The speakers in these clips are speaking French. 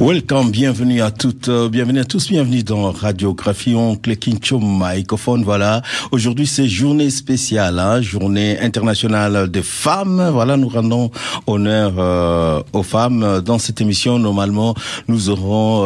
Welcome, bienvenue à toutes, bienvenue à tous, bienvenue dans Radiographie, oncle Kincho microphone, voilà. Aujourd'hui, c'est journée spéciale, journée internationale des femmes, voilà, nous rendons honneur aux femmes. Dans cette émission, normalement, nous aurons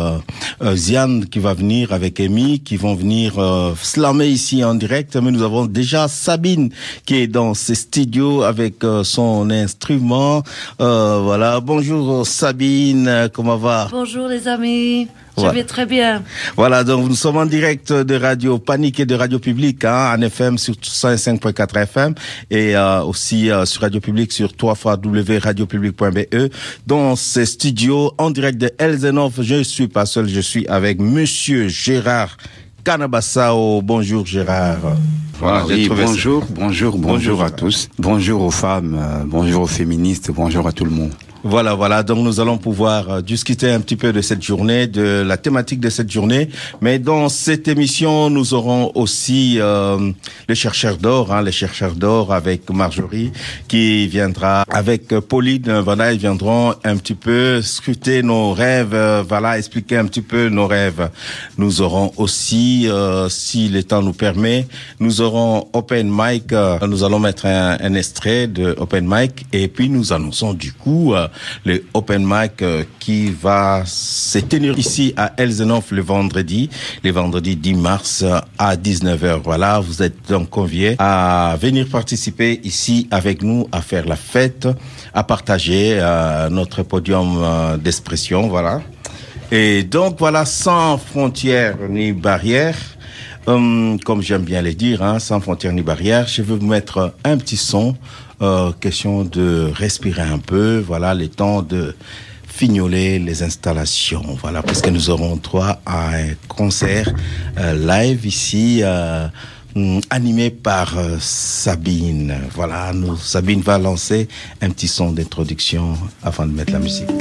Ziane qui va venir avec Amy, qui vont venir slammer ici en direct, mais nous avons déjà Sabine qui est dans ses studios avec son instrument, voilà. Bonjour Sabine, comment va? Bonjour les amis, je vais très bien. Voilà, donc nous sommes en direct de Radio Panique et de Radio Publique, en FM sur 105.4 FM et aussi sur Radio Publique sur www.radiopublique.be. Dans ces studios en direct de Elzenov, je suis pas seul, je suis avec Monsieur Gérard Canabassao. Bonjour Gérard. Voilà, oui, bonjour à tous. Bonjour aux femmes, bonjour aux féministes, bonjour à tout le monde. Voilà. Donc nous allons pouvoir discuter un petit peu de cette journée, de la thématique de cette journée. Mais dans cette émission, nous aurons aussi les chercheurs d'or, les chercheurs d'or avec Marjorie qui viendra avec Pauline. Voilà, ils viendront un petit peu scruter nos rêves. Voilà, expliquer un petit peu nos rêves. Nous aurons aussi, si le temps nous permet, nous aurons Open Mic. Nous allons mettre un extrait de Open Mic et puis nous annonçons du coup le Open Mic qui va se tenir ici à Elzenov le vendredi 10 mars à 19h. Voilà, vous êtes donc conviés à venir participer ici avec nous, à faire la fête, à partager notre podium d'expression, voilà. Et donc voilà, sans frontières ni barrières, comme j'aime bien les dire, sans frontières ni barrières, je vais vous mettre un petit son. Question de respirer un peu, voilà, le temps de fignoler les installations, voilà, parce que nous aurons droit à un concert live ici, animé par Sabine. Voilà, Sabine va lancer un petit son d'introduction avant de mettre la musique.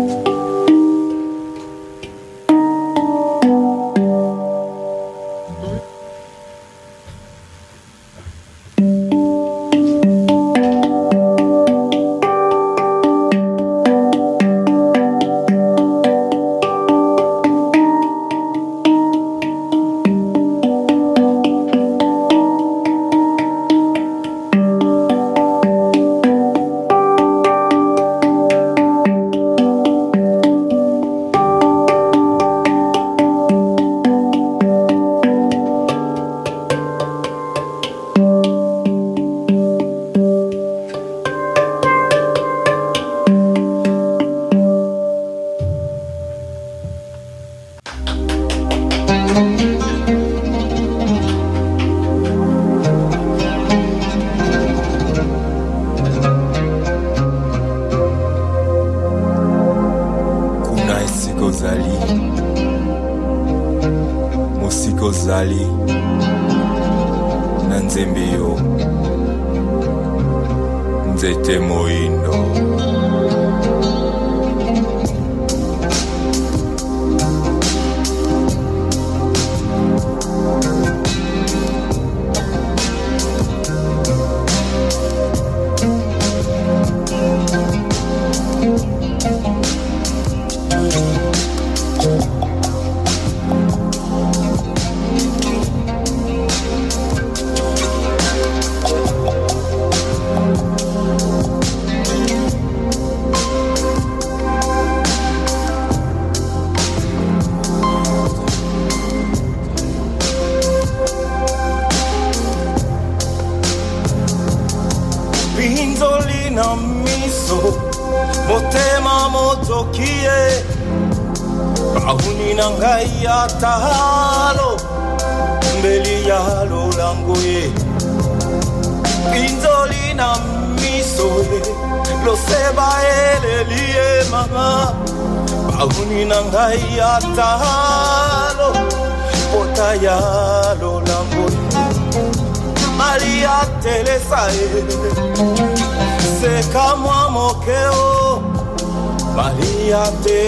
Maria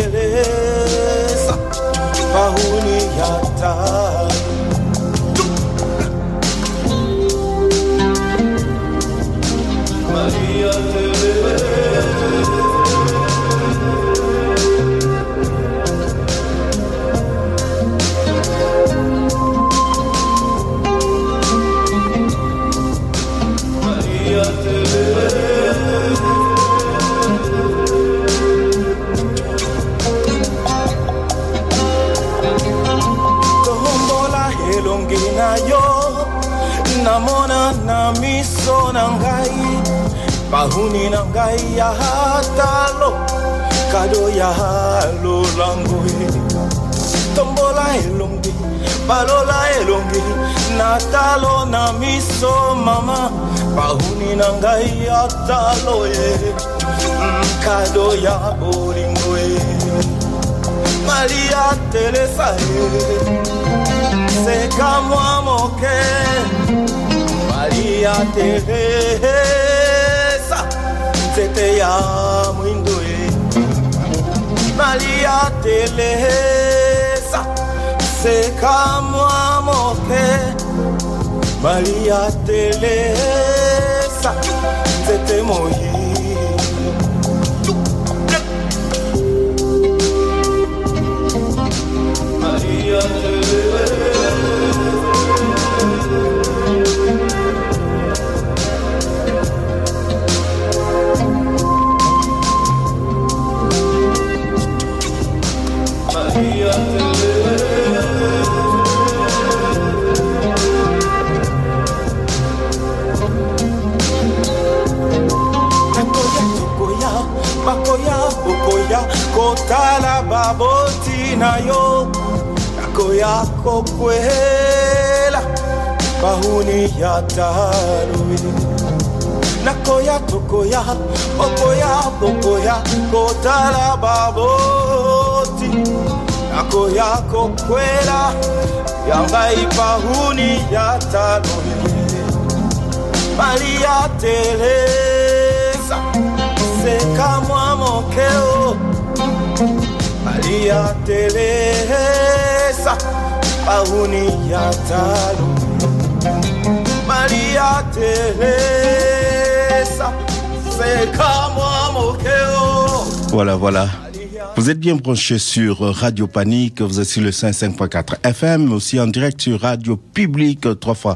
Teresa, Bahuniata. Maria Teresa. Pahuni na ngai ya hatalo Kado ya halo langoe Tombola elongi Balola elongi Natalo na miso mama Pahuni na ngai ya talo Kado ya bolingoe Maria Teresa Seka moi moke Maria Teresa Zete ya mwindoe Maria Teresa Seka moi moke Maria Teresa Zete moi Maria Kotala baboti na yo Nakoya kokwela Pahuni ya talui Nakoya tokoya Okoya bokoya Kotala baboti Nakoya kokwela Yambai pahuni ya talui Maria Teresa Seka moi mokeo Maria Teresa Pahuni ya talo Maria Teresa Seka moi mokeo. Voilà. Vous êtes bien branchés sur Radio Panique, vous êtes sur le 105.4 FM, aussi en direct sur Radio Public, 3 fois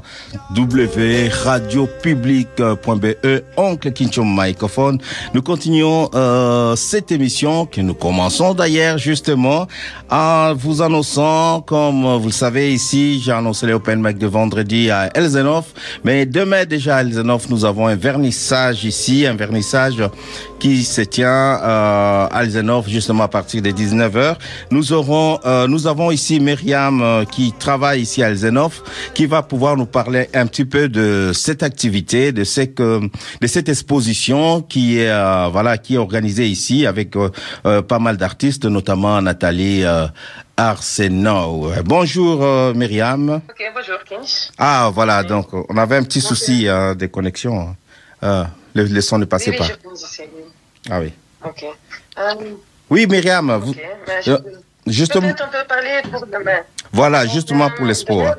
www.radiopublic.be, Oncle Kinchom Microphone. Nous continuons cette émission que nous commençons d'ailleurs justement en vous annonçant, comme vous le savez ici, j'ai annoncé les Open Mic de vendredi à Elsenhof, mais demain déjà à Elsenhof, nous avons un vernissage ici, un vernissage qui se tient à Elsenhof justement à partir de 19h. Nous avons ici Myriam qui travaille ici à Elsenhof, qui va pouvoir nous parler un petit peu de cette activité, de cette exposition qui est qui est organisée ici avec pas mal d'artistes, notamment Nathalie Arsenault. Bonjour Myriam. Ok, bonjour Kinch. Ah voilà, donc on avait un petit souci de connexion. Le son ne passait pas. Ah oui. Ok. Oui, Myriam, vous, justement. Peut-être on peut parler pour demain. Voilà, justement pour l'espoir.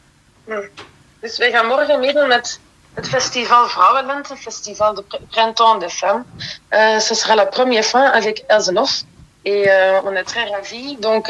Dus wij gaan morgen meedoen met het festival Vrouwenlente, festival de Printemps des Femmes. Ce sera la première fois avec Elsenhof et on est très ravis. Donc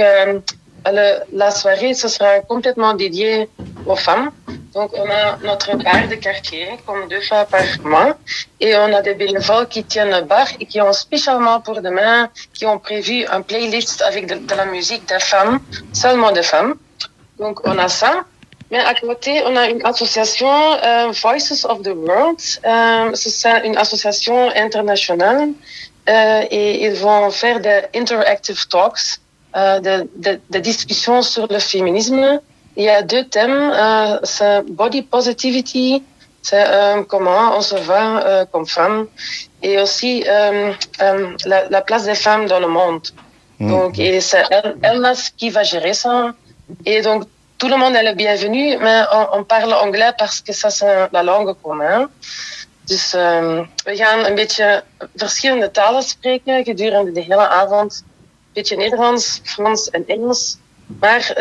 la soirée, ce sera complètement dédié aux femmes. Donc, on a notre bar de quartier, comme 2 fois par mois. Et on a des bénévoles qui tiennent le bar et qui ont spécialement pour demain, qui ont prévu un playlist avec de la musique des femmes, seulement des femmes. Donc, on a ça. Mais à côté, on a une association, Voices of the World. C'est une association internationale. Et ils vont faire des interactive talks, des discussions sur le féminisme. Il y a 2 thèmes, c'est body positivity, c'est comment on se voit comme femme, et aussi la place des femmes dans le monde. Donc, et c'est Elnas qui va gérer ça. Et donc, tout le monde est le bienvenu, mais on parle anglais parce que ça c'est la langue commune. Dus we gaan een beetje verschillende talen spreken gedurende de hele avond. Een beetje Nederlands, Frans en Engels. Maar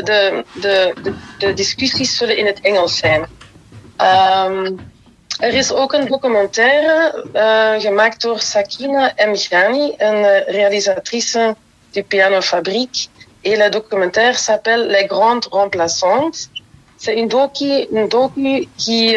de discussies zullen in het Engels zijn. Er is ook een documentaire gemaakt door Sakina Mghani, een réalisatrice du Piano Fabrique. Et le documentaire s'appelle Les Grandes Remplaçantes. C'est une docu qui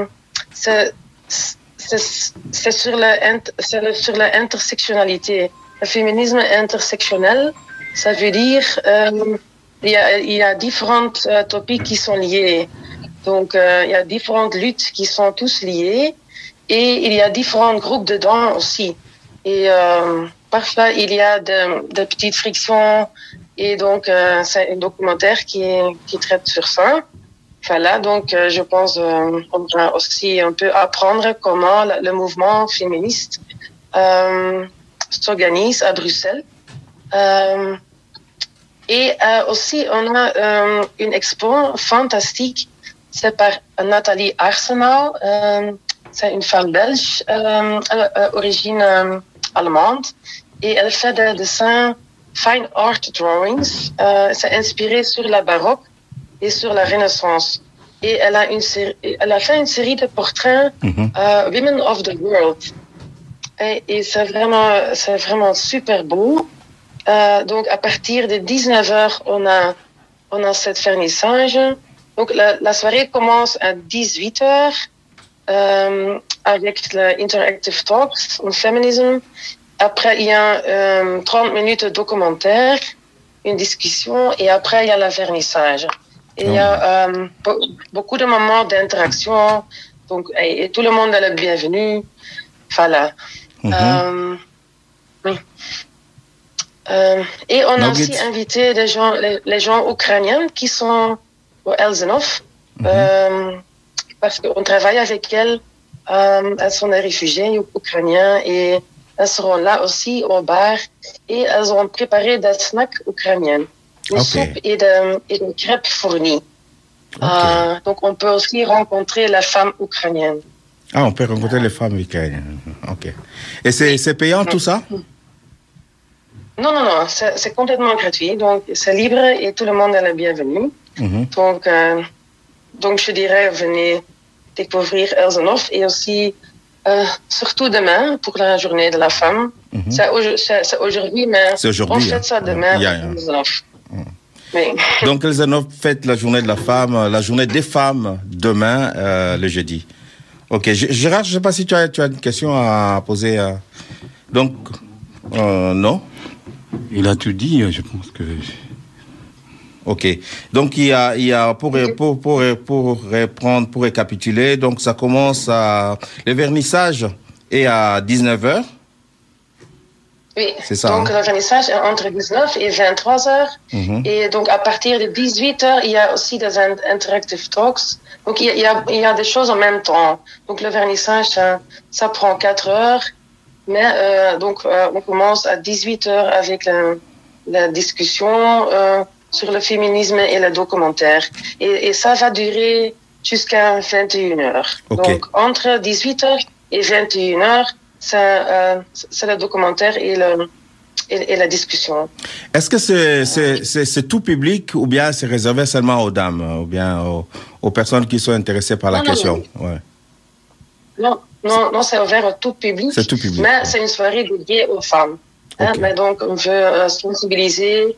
c'est sur l'intersectionnalité. Le féminisme intersectionnel, ça veut dire il y a différentes topics qui sont liés. Donc il y a différentes luttes qui sont tous liées Et il y a différents groupes dedans aussi. Et parfois, il y a de petites frictions. Et donc, c'est un documentaire qui traite sur ça. Voilà, donc je pense on va aussi un peu apprendre comment le mouvement féministe s'organise à Bruxelles. Et aussi, on a une expo fantastique. C'est par Nathalie Arsenault. C'est une femme belge, origine allemande. Et elle fait des dessins, fine art drawings. C'est inspiré sur la baroque et sur la Renaissance. Et elle a fait une série de portraits Women of the World. Et c'est vraiment super beau. Donc à partir de 19h, on a cette vernissage. Donc la soirée commence à 18h avec le Interactive Talks on Feminism. Après, il y a 30 minutes de documentaire, une discussion, et après, il y a le vernissage. Et il y a beaucoup de moments d'interaction, donc, et tout le monde est le bienvenu. Voilà. Oui. Et on a aussi invité les gens ukrainiens qui sont au Elsenhof, parce qu'on travaille avec elles. Elles sont des réfugiés ukrainiens et elles seront là aussi au bar et elles ont préparé des snacks ukrainiens, des soupes et des crêpes fournies. Donc on peut aussi rencontrer la femme ukrainienne. Ah, on peut rencontrer les femmes ukrainiennes. Ok. Et c'est payant tout ça? Non, c'est complètement gratuit, donc c'est libre et tout le monde est le bienvenu. Donc je dirais, venez découvrir Elsenhof et aussi, surtout demain, pour la journée de la femme. C'est aujourd'hui, mais on fête ça demain à Elsenhof. Oui. Donc Elsenhof fête la journée de la femme, la journée des femmes demain, le jeudi. Ok, Gérard, je ne sais pas si tu as une question à poser. Donc, non? Il a tout dit, je pense que... Ok. Donc, il y a pour reprendre, pour récapituler, donc ça commence le vernissage est à 19h. Oui. C'est ça. Donc, le vernissage est entre 19 et 23h. Et donc, à partir de 18h, il y a aussi des interactive talks. Donc, il y a des choses en même temps. Donc, le vernissage, ça prend 4 heures. Mais, on commence à 18h avec la discussion, sur le féminisme et le documentaire. Et ça va durer jusqu'à 21h. Donc, entre 18h et 21h, c'est le documentaire et la discussion. Est-ce que c'est tout public ou bien c'est réservé seulement aux dames ou bien aux personnes qui sont intéressées par la question? Ouais. Non, c'est ouvert à tout public. C'est tout public. Mais c'est une soirée dédiée aux femmes. Mais donc, on veut sensibiliser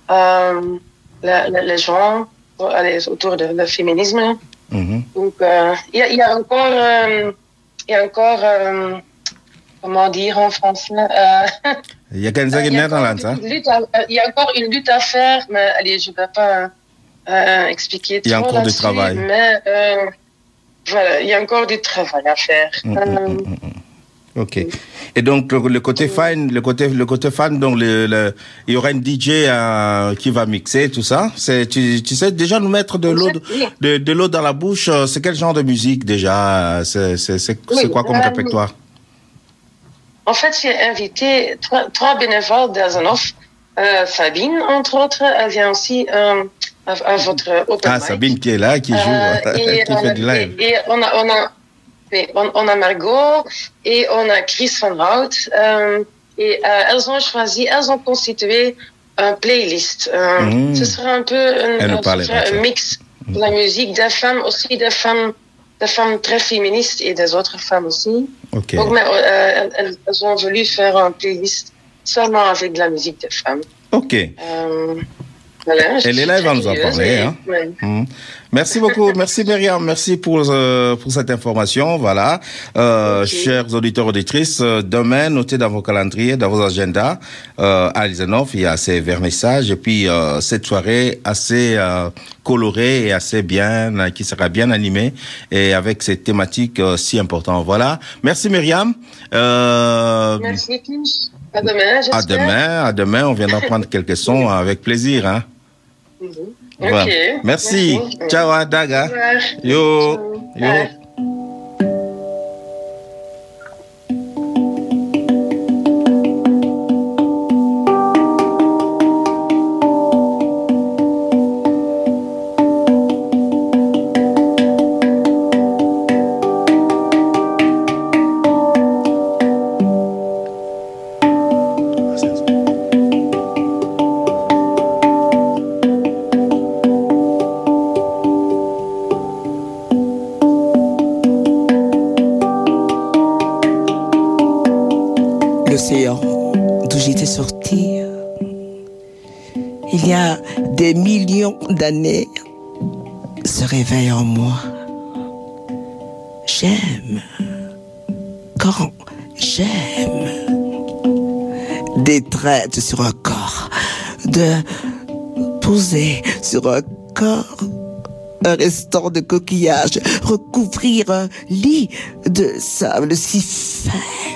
les gens autour du féminisme. Donc, il y a encore, comment dire en français? Il y a encore une lutte à faire, mais allez, je ne vais pas expliquer trop. Il y a encore du travail. Mais voilà, il y a encore du travail à faire. Ok. Et donc le côté fan, donc il y aura une DJ qui va mixer tout ça. Tu sais déjà nous mettre de l'eau dans la bouche. C'est quel genre de musique déjà? C'est quoi comme répertoire? En fait, j'ai invité trois bénévoles d'Elsenhof. Sabine, entre autres, elle vient aussi à votre open mic. Sabine qui est là, qui joue, qui fait du live. Et on a Margot et on a Chris van Hout. Et elles ont constitué un playlist. Ce sera un peu un mix de la musique des femmes, aussi des femmes très féministes et des autres femmes aussi. Okay. Donc, elles ont voulu faire un playlist seulement avec de la musique des femmes. Ok. Voilà, elle est là, elle va nous en parler. Hein. Merci beaucoup. Merci Myriam. Merci pour cette information. Voilà. Chers auditeurs, auditrices, demain, notez dans vos calendriers, dans vos agendas, à Elsenhof, il y a ces vernissages et puis cette soirée assez colorée et assez bien, qui sera bien animée et avec ces thématiques si importantes. Voilà. Merci Myriam. Merci tous. À demain, j'espère. À demain. On viendra prendre quelques sons avec plaisir, hein. Voilà. Okay. Merci. Ciao, Daga. Yo. Bye. L'océan d'où j'étais sortie, il y a des millions d'années, se réveille en moi. J'aime, quand j'aime, des traites sur un corps, de poser sur un corps, un restant de coquillage, recouvrir un lit de sable si fin.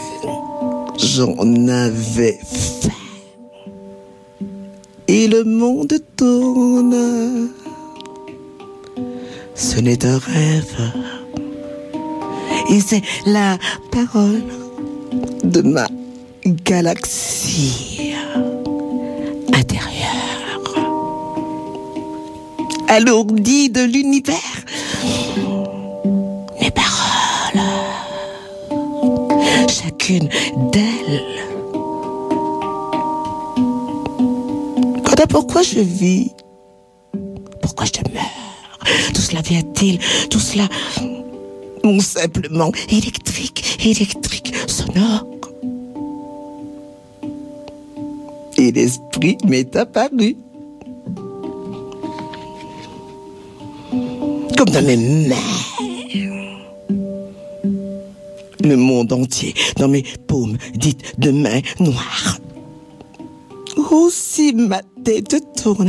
J'en avais faim. Et le monde tourne. Ce n'est un rêve. Et c'est la parole de ma galaxie intérieure. Alourdie de l'univers. Mes paroles. Chacune d'elles. Voilà pourquoi je vis, pourquoi je meurs. Tout cela vient-il, tout cela, mon simplement électrique, sonore. Et l'esprit m'est apparu. Comme dans mes mains. Le monde entier dans mes paumes dites de mains noires. Aussi ma tête tourne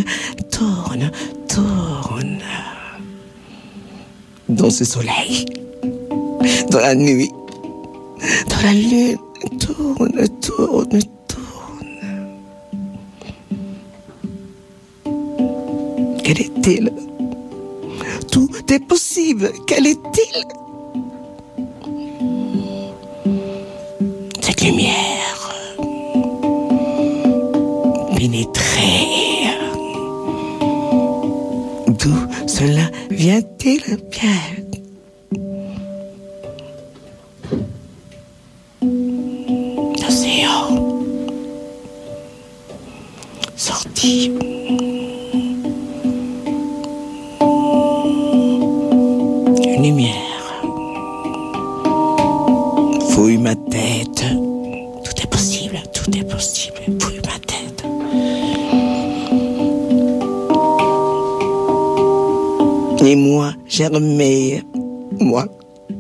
dans ce soleil, dans la nuit, dans la lune, tourne. Quel est-il? Tout est possible. Quel est-il? Cette lumière pénétrée. D'où cela vient-il bien? L'océan sorti. Une lumière fouille ma tête. Tout est possible. Fouille ma tête. Et moi, germais, moi.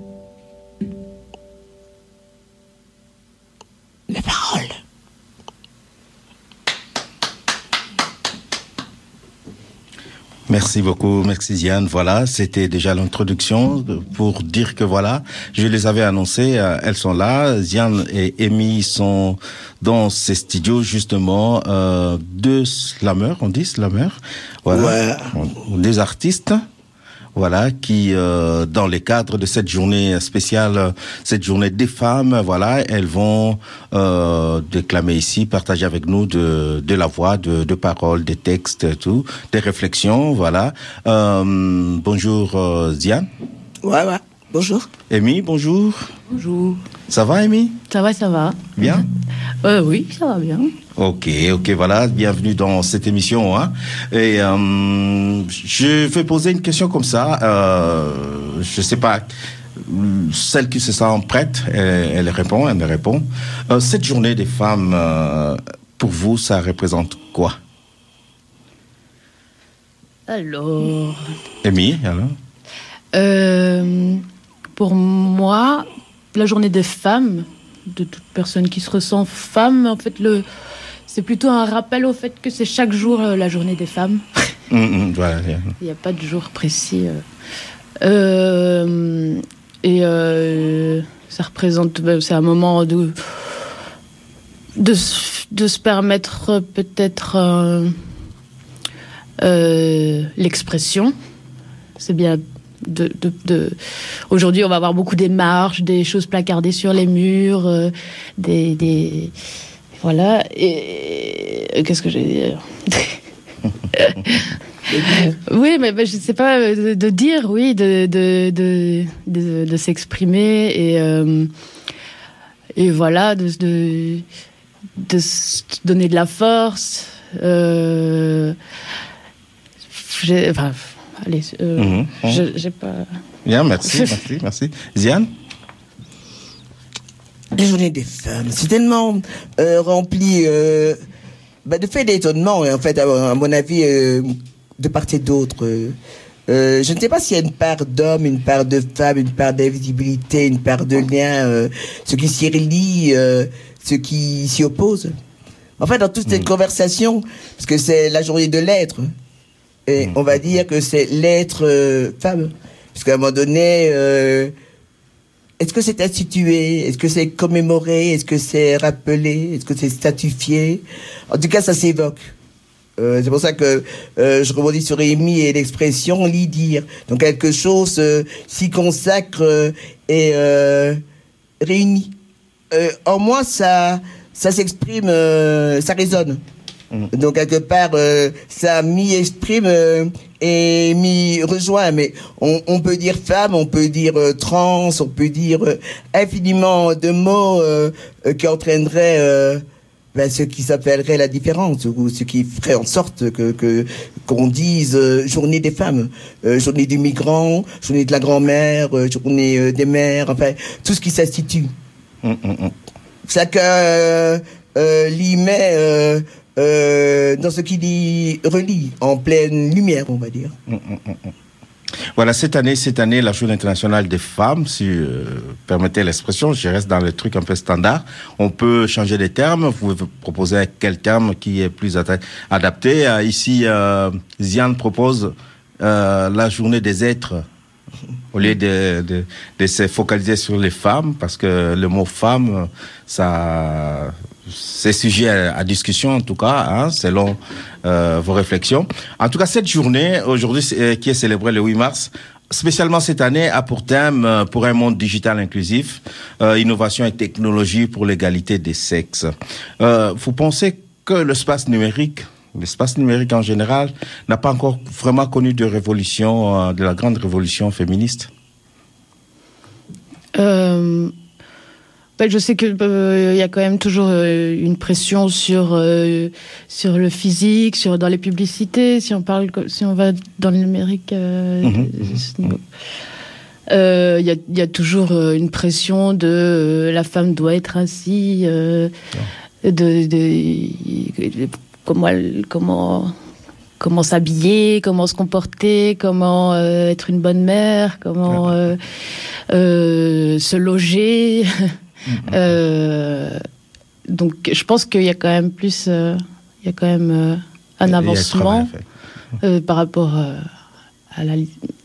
Les paroles. Merci beaucoup, merci Diane. Voilà, c'était déjà l'introduction pour dire que voilà, je les avais annoncées, elles sont là. Diane et Amy sont dans ces studios justement deux slameurs, on dit slameurs, voilà, ouais. Des artistes. Voilà, qui dans les cadres de cette journée spéciale, cette journée des femmes, voilà, elles vont déclamer ici, partager avec nous de la voix, de paroles, des textes, tout, des réflexions, voilà. Bonjour Diane. Ouais, bonjour. Amy, bonjour. Bonjour. Ça va Amy? Ça va. Bien? Oui, ça va bien. Ok, voilà, bienvenue dans cette émission, hein. Et je vais poser une question comme ça. Je sais pas, celle qui se sent prête, elle répond. Cette journée des femmes, pour vous, ça représente quoi? Alors... Amy, alors pour moi, la journée des femmes, de toute personne qui se ressent femme, en fait, c'est plutôt un rappel au fait que c'est chaque jour la journée des femmes. Voilà. Il n'y a pas de jour précis. Ça représente, c'est un moment de se permettre peut-être l'expression. C'est bien. Aujourd'hui, on va avoir beaucoup des marches, des choses placardées sur les murs, voilà. Et qu'est-ce que j'ai dit? Oui, mais je sais pas, de dire, oui, de s'exprimer et voilà, de se donner de la force. Allez, j'ai pas... Bien, merci. Ziane? La journée des femmes, c'est tellement rempli de faits d'étonnement, en fait, à mon avis, de part et d'autre. Je ne sais pas s'il y a une part d'hommes, une part de femmes, une part d'invisibilité, une part de lien, ce qui s'y relie, ce qui s'y oppose. En fait, dans toute cette conversation, parce que c'est la journée de l'être, et on va dire que c'est l'être femme. Parce qu'à un moment donné, est-ce que c'est institué? Est-ce que c'est commémoré? Est-ce que c'est rappelé? Est-ce que c'est statifié? En tout cas, ça s'évoque. C'est pour ça que je rebondis sur Amy et l'expression « lit-dire ». Donc quelque chose s'y consacre et réunit. En moi, ça s'exprime, ça résonne. Donc quelque part, ça m'y exprime et m'y rejoint. Mais on peut dire femme, on peut dire trans, on peut dire infiniment de mots qui entraîneraient ce qui s'appellerait la différence, ou ce qui ferait en sorte qu'on dise journée des femmes, journée du migrant, journée de la grand-mère, journée des mères, enfin tout ce qui s'institue. Chacun l'y met dans ce qui dit relie, en pleine lumière, on va dire. Voilà, cette année, la Journée internationale des femmes, si permettez l'expression, je reste dans le truc un peu standard. On peut changer les termes. Vous pouvez proposer quel terme qui est plus adapté. Ici, Ziane propose la Journée des êtres, au lieu de se focaliser sur les femmes, parce que le mot femme, ça... C'est sujet à discussion, en tout cas, hein, selon vos réflexions. En tout cas, cette journée, aujourd'hui, qui est célébrée le 8 mars, spécialement cette année, a pour thème pour un monde digital inclusif, innovation et technologie pour l'égalité des sexes. Vous pensez que l'espace numérique en général, n'a pas encore vraiment connu de révolution, de la grande révolution féministe? Je sais que y a quand même toujours une pression sur le physique, dans les publicités. Si on va dans le numérique, y a toujours une pression de la femme doit être ainsi, comment s'habiller, comment se comporter, comment être une bonne mère, comment se loger. Donc je pense qu'il y a quand même un avancement par rapport à la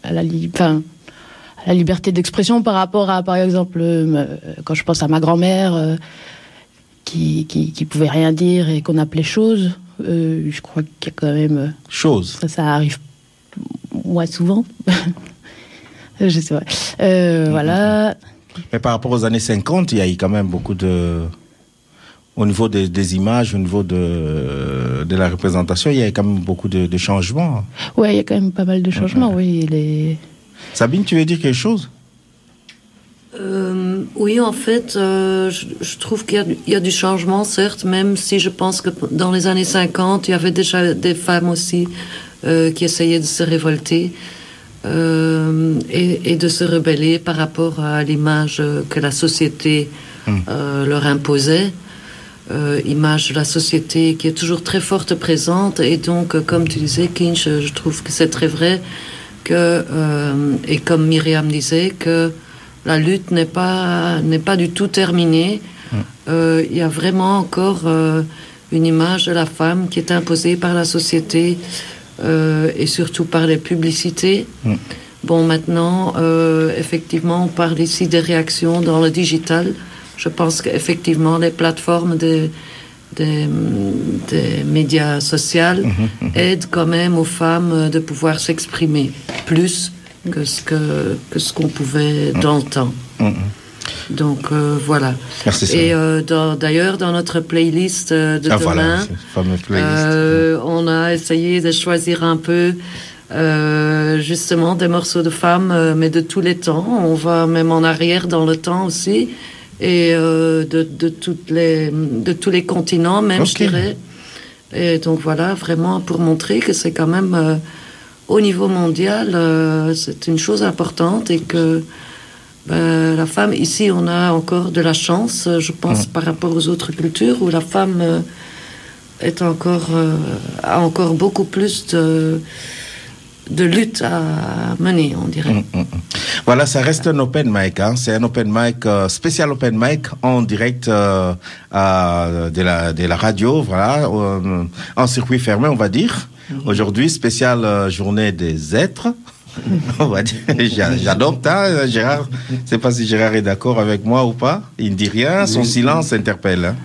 liberté d'expression, par rapport à, par exemple, quand je pense à ma grand-mère qui pouvait rien dire et qu'on appelait chose, je crois qu'il y a quand même chose. Ça arrive moins souvent. Je sais pas. Voilà. Mais par rapport aux années 50, il y a eu quand même beaucoup au niveau des images, au niveau de la représentation, il y a quand même beaucoup de changements. Oui, il y a quand même pas mal de changements, oui. Sabine, tu veux dire quelque chose? Oui, en fait, je trouve qu'il y a du changement, certes, même si je pense que dans les années 50, il y avait déjà des femmes aussi qui essayaient de se révolter. Et de se rebeller par rapport à l'image que la société leur imposait. image de la société qui est toujours très forte présente. Et donc, comme tu disais, Kinch, je trouve que c'est très vrai que, et comme Myriam disait, que la lutte n'est pas du tout terminée. Il y a vraiment encore une image de la femme qui est imposée par la société et surtout par les publicités. Bon, maintenant, effectivement, on parle ici des réactions dans le digital. Je pense qu'effectivement, les plateformes des médias sociaux aident quand même aux femmes de pouvoir s'exprimer plus que ce qu'on pouvait dans le temps. Donc voilà. Merci, et d'ailleurs, dans notre playlist de demain, voilà, playlist. On a essayé de choisir un peu justement des morceaux de femmes, mais de tous les temps. On va même en arrière dans le temps aussi, et de tous les continents même, je dirais. Et donc voilà, vraiment pour montrer que c'est quand même au niveau mondial, c'est une chose importante, et que la femme, ici on a encore de la chance, je pense, par rapport aux autres cultures où la femme a encore beaucoup plus de lutte à mener, on dirait. Voilà, ça reste un open mic, hein. C'est un open mic, spécial open mic en direct de la radio, voilà, en circuit fermé, on va dire. Aujourd'hui, spéciale journée des êtres. On va dire, j'adopte, hein, Gérard. Je ne sais pas si Gérard est d'accord avec moi ou pas. Il ne dit rien, son silence interpelle. Hein.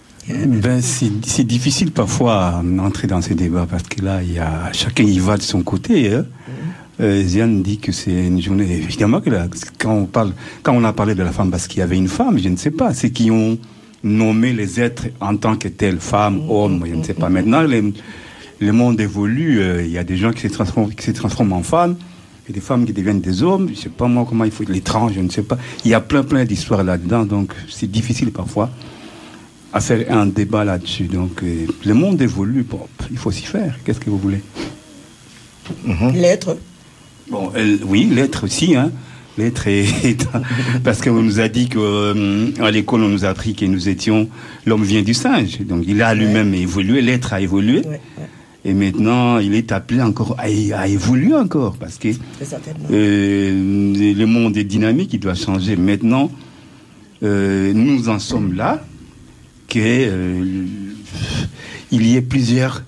C'est difficile parfois d'entrer dans ces débats parce que là, chacun y va de son côté. Hein. Ziane dit que c'est une journée. Évidemment que là, quand on a parlé de la femme parce qu'il y avait une femme, je ne sais pas, c'est qui ont nommé les êtres en tant que telles, femmes, hommes, je ne sais pas. Maintenant, le monde évolue. Il y a des gens qui se transforment en femmes. Et des femmes qui deviennent des hommes, je ne sais pas moi comment il faut, l'étrange, je ne sais pas. Il y a plein d'histoires là-dedans, donc c'est difficile parfois à faire un débat là-dessus. Donc le monde évolue, bon, il faut s'y faire. Qu'est-ce que vous voulez? L'être. Bon, oui, l'être aussi, hein. L'être est parce qu'on nous a dit qu'à l'école on nous a appris que nous étions, l'homme vient du singe, donc il a lui-même évolué, l'être a évolué. Et maintenant, il est appelé encore à évoluer encore, parce que le monde est dynamique, il doit changer. Maintenant, nous en sommes là, qu'il y ait plusieurs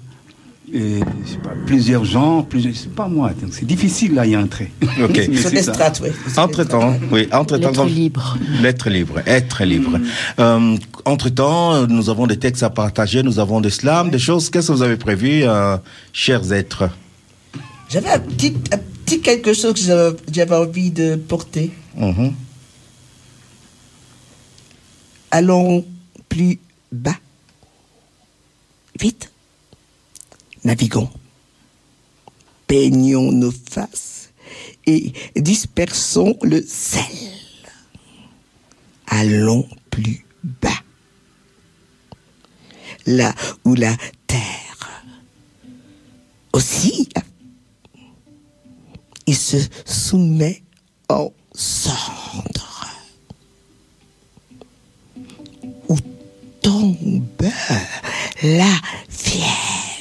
genres, c'est pas moi, donc c'est difficile là y entrer. Ok. Sur les strates, oui. Entre-temps, l'être libre. L'être libre, être libre. Entre-temps, nous avons des textes à partager, nous avons des slams, des choses. Qu'est-ce que vous avez prévu, chers êtres? J'avais un petit quelque chose que j'avais envie de porter. Allons plus bas. Vite. Naviguons. Peignons nos faces et dispersons le sel. Allons plus bas. Là où la terre oscille, il se soumet en cendres. Où tombe la fièvre.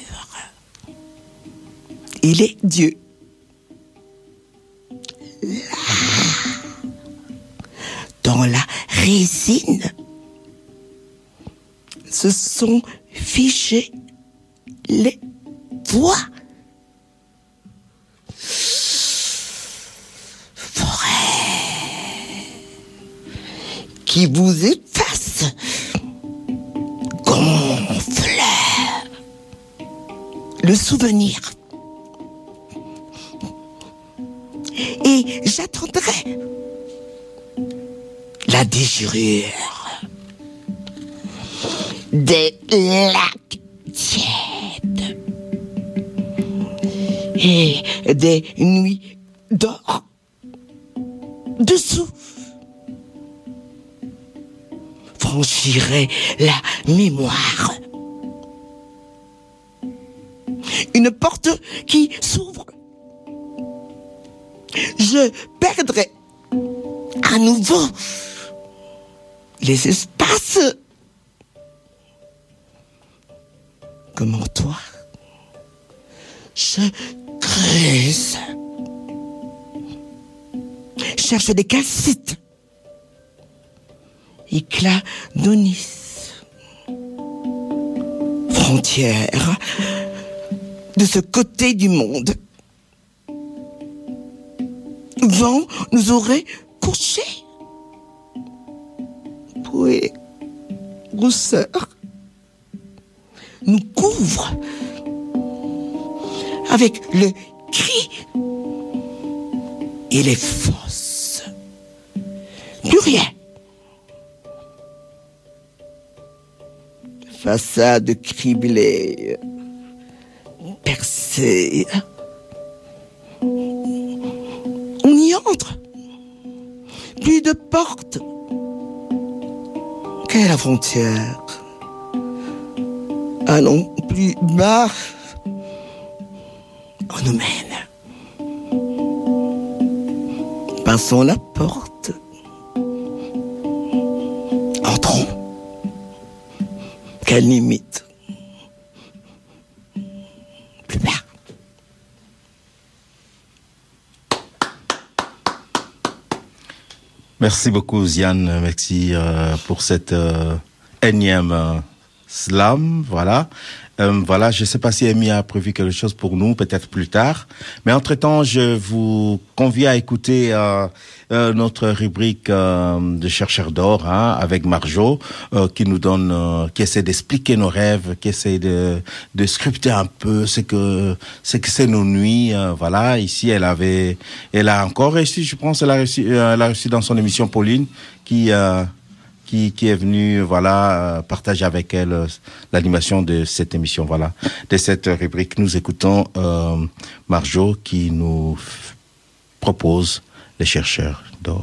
Il est Dieu. Là, dans la résine, se sont figées les voix. Forêt qui vous efface, gonfle le souvenir. Et j'attendrai la déchirure des lacs tièdes et des nuits d'or dessous. Franchirai la mémoire. Une porte qui s'ouvre. Je perdrai à nouveau les espaces comment toi, je creuse, cherche des calcites, éclat d'Onis, frontière de ce côté du monde. Vent nous aurait couchés. Puis, rousseur nous couvre avec le cri et les fosses. Plus rien. Façade criblée, percée. On y entre. Plus de porte. Quelle la frontière? Allons plus bas. On nous mène. Passons la porte. Entrons. Quelle limite? Plus bas. Merci beaucoup, Ziane. Merci pour cette énième slam. Voilà. Voilà, je ne sais pas si Amy a prévu quelque chose pour nous, peut-être plus tard. Mais entre-temps, je vous convie à écouter notre rubrique de chercheurs d'or, avec Marjo, qui nous donne, qui essaie d'expliquer nos rêves, qui essaie de sculpter un peu ce que c'est nos nuits. Voilà, ici, elle a encore réussi, je pense, elle a réussi dans son émission Pauline, qui est venu, voilà, partager avec elle l'animation de cette émission, voilà, de cette rubrique. Nous écoutons Marjo qui nous propose les chercheurs d'or.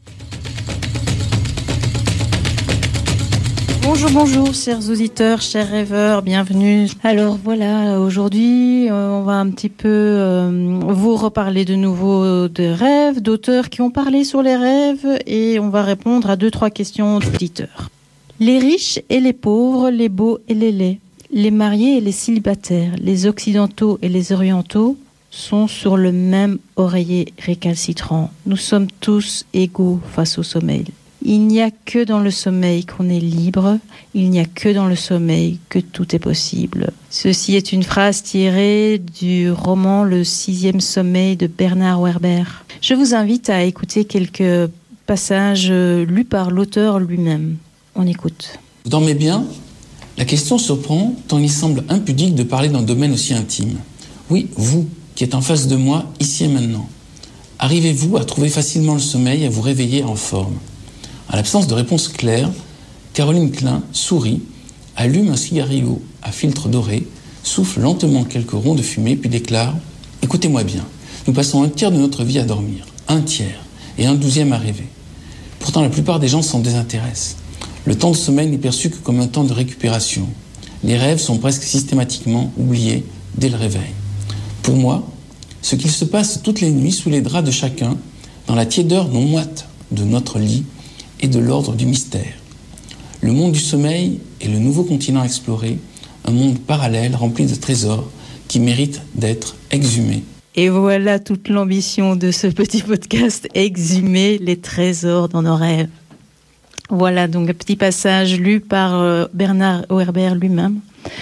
Bonjour, chers auditeurs, chers rêveurs, bienvenue. Alors voilà, aujourd'hui, on va un petit peu vous reparler de nouveau de rêves, d'auteurs qui ont parlé sur les rêves, et on va répondre à 2-3 questions d'auditeurs. Les riches et les pauvres, les beaux et les laids, les mariés et les célibataires, les occidentaux et les orientaux sont sur le même oreiller récalcitrant. Nous sommes tous égaux face au sommeil. Il n'y a que dans le sommeil qu'on est libre, il n'y a que dans le sommeil que tout est possible. Ceci est une phrase tirée du roman Le 6e sommeil de Bernard Werber. Je vous invite à écouter quelques passages lus par l'auteur lui-même. On écoute. Vous dormez bien ? La question surprend tant il semble impudique de parler d'un domaine aussi intime. Oui, vous, qui êtes en face de moi, ici et maintenant. Arrivez-vous à trouver facilement le sommeil et à vous réveiller en forme ? À l'absence de réponse claire, Caroline Klein sourit, allume un cigarillo à filtre doré, souffle lentement quelques ronds de fumée, puis déclare « Écoutez-moi bien, nous passons un tiers de notre vie à dormir, un tiers, et un 12e à rêver. Pourtant, la plupart des gens s'en désintéressent. Le temps de sommeil n'est perçu que comme un temps de récupération. Les rêves sont presque systématiquement oubliés dès le réveil. Pour moi, ce qu'il se passe toutes les nuits sous les draps de chacun, dans la tiédeur non moite de notre lit, et de l'ordre du mystère. Le monde du sommeil est le nouveau continent exploré, un monde parallèle rempli de trésors qui méritent d'être exhumés. Et voilà toute l'ambition de ce petit podcast, exhumer les trésors dans nos rêves. Voilà donc un petit passage lu par Bernard Werber lui-même.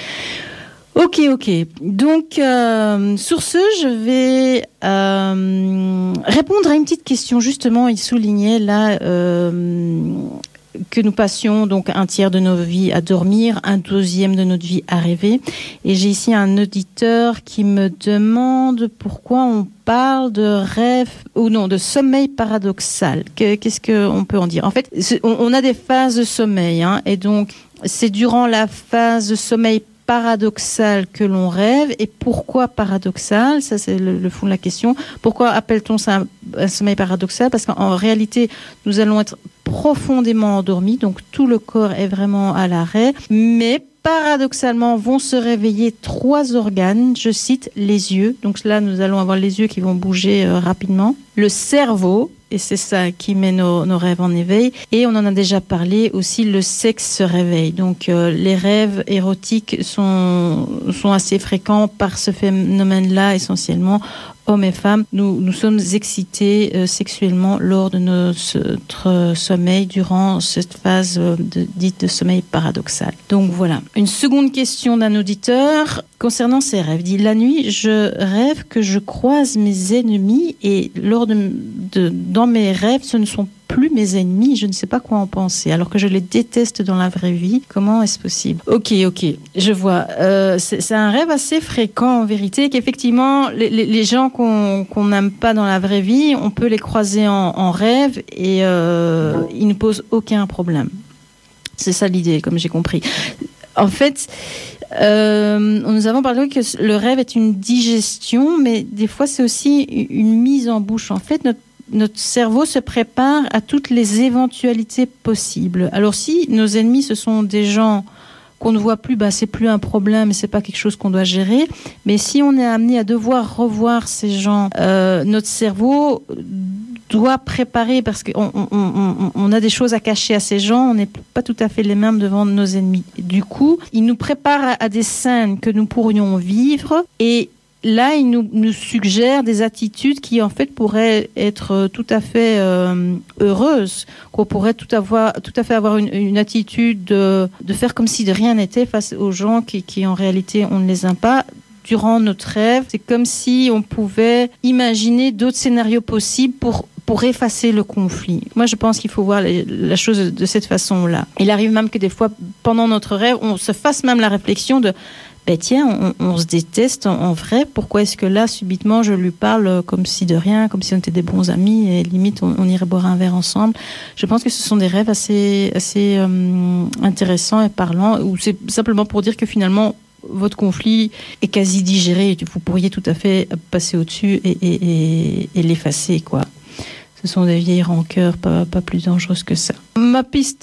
Ok. Donc, sur ce, je vais répondre à une petite question. Justement, il soulignait là que nous passions donc un tiers de nos vies à dormir, un 12e de notre vie à rêver. Et j'ai ici un auditeur qui me demande pourquoi on parle de rêve ou non, de sommeil paradoxal. Qu'est-ce qu'on peut en dire ? En fait, on a des phases de sommeil, et donc c'est durant la phase de sommeil paradoxal que l'on rêve. Et pourquoi paradoxal ? Ça, c'est le fond de la question. Pourquoi appelle-t-on ça un sommeil paradoxal ? Parce qu'en réalité, nous allons être profondément endormis, donc tout le corps est vraiment à l'arrêt, mais paradoxalement vont se réveiller 3 organes, je cite les yeux, donc là nous allons avoir les yeux qui vont bouger rapidement, le cerveau, et c'est ça qui met nos rêves en éveil. Et on en a déjà parlé aussi, le sexe se réveille. Donc les rêves érotiques sont assez fréquents par ce phénomène-là, essentiellement. Hommes et femmes, nous sommes excités sexuellement lors de notre sommeil, durant cette phase dite de sommeil paradoxal. Donc voilà. Une seconde question d'un auditeur concernant ses rêves. Il dit, la nuit, je rêve que je croise mes ennemis et dans mes rêves, ce ne sont plus mes ennemis, je ne sais pas quoi en penser, alors que je les déteste dans la vraie vie. Comment est-ce possible ? Ok, je vois. C'est un rêve assez fréquent en vérité, qu'effectivement, les gens qu'on n'aime pas dans la vraie vie, on peut les croiser en rêve et ils ne posent aucun problème. C'est ça l'idée, comme j'ai compris. En fait, nous avons parlé que le rêve est une digestion, mais des fois c'est aussi une mise en bouche. En fait, notre cerveau se prépare à toutes les éventualités possibles. Alors si nos ennemis, ce sont des gens qu'on ne voit plus, c'est plus un problème et c'est pas quelque chose qu'on doit gérer. Mais si on est amené à devoir revoir ces gens, notre cerveau doit préparer, parce qu'on a des choses à cacher à ces gens, on n'est pas tout à fait les mêmes devant nos ennemis. Du coup, il nous prépare à des scènes que nous pourrions vivre et là, il nous suggère des attitudes qui, en fait, pourraient être tout à fait heureuses, qu'on pourrait tout à fait avoir une attitude de faire comme si de rien n'était face aux gens qui en réalité, on ne les aime pas. Durant notre rêve, c'est comme si on pouvait imaginer d'autres scénarios possibles pour effacer le conflit. Moi, je pense qu'il faut voir la chose de cette façon-là. Il arrive même que des fois, pendant notre rêve, on se fasse même la réflexion de tiens, on se déteste en vrai, pourquoi est-ce que là, subitement, je lui parle comme si de rien, comme si on était des bons amis et limite, on irait boire un verre ensemble. Je pense que ce sont des rêves assez intéressants et parlants, ou c'est simplement pour dire que finalement, votre conflit est quasi digéré, vous pourriez tout à fait passer au-dessus et l'effacer, quoi. Ce sont des vieilles rancœurs, pas plus dangereuses que ça. Ma piste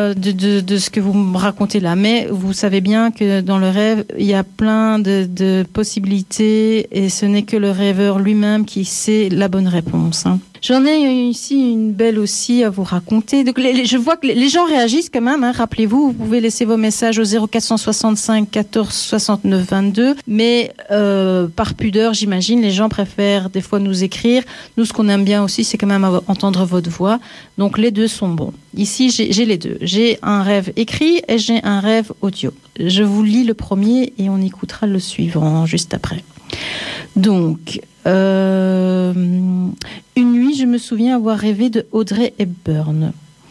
de ce que vous me racontez là, mais vous savez bien que dans le rêve, il y a plein de possibilités et ce n'est que le rêveur lui-même qui sait la bonne réponse. Hein. J'en ai ici une belle aussi à vous raconter. Donc, je vois que les gens réagissent quand même. Hein. Rappelez-vous, vous pouvez laisser vos messages au 0465 14 69 22. Mais par pudeur, j'imagine, les gens préfèrent des fois nous écrire. Nous, ce qu'on aime bien aussi, c'est quand même entendre votre voix. Donc, les deux sont bons. Ici, j'ai les deux. J'ai un rêve écrit et j'ai un rêve audio. Je vous lis le premier et on écoutera le suivant juste après. Donc, une nuit, je me souviens avoir rêvé de Audrey Hepburn.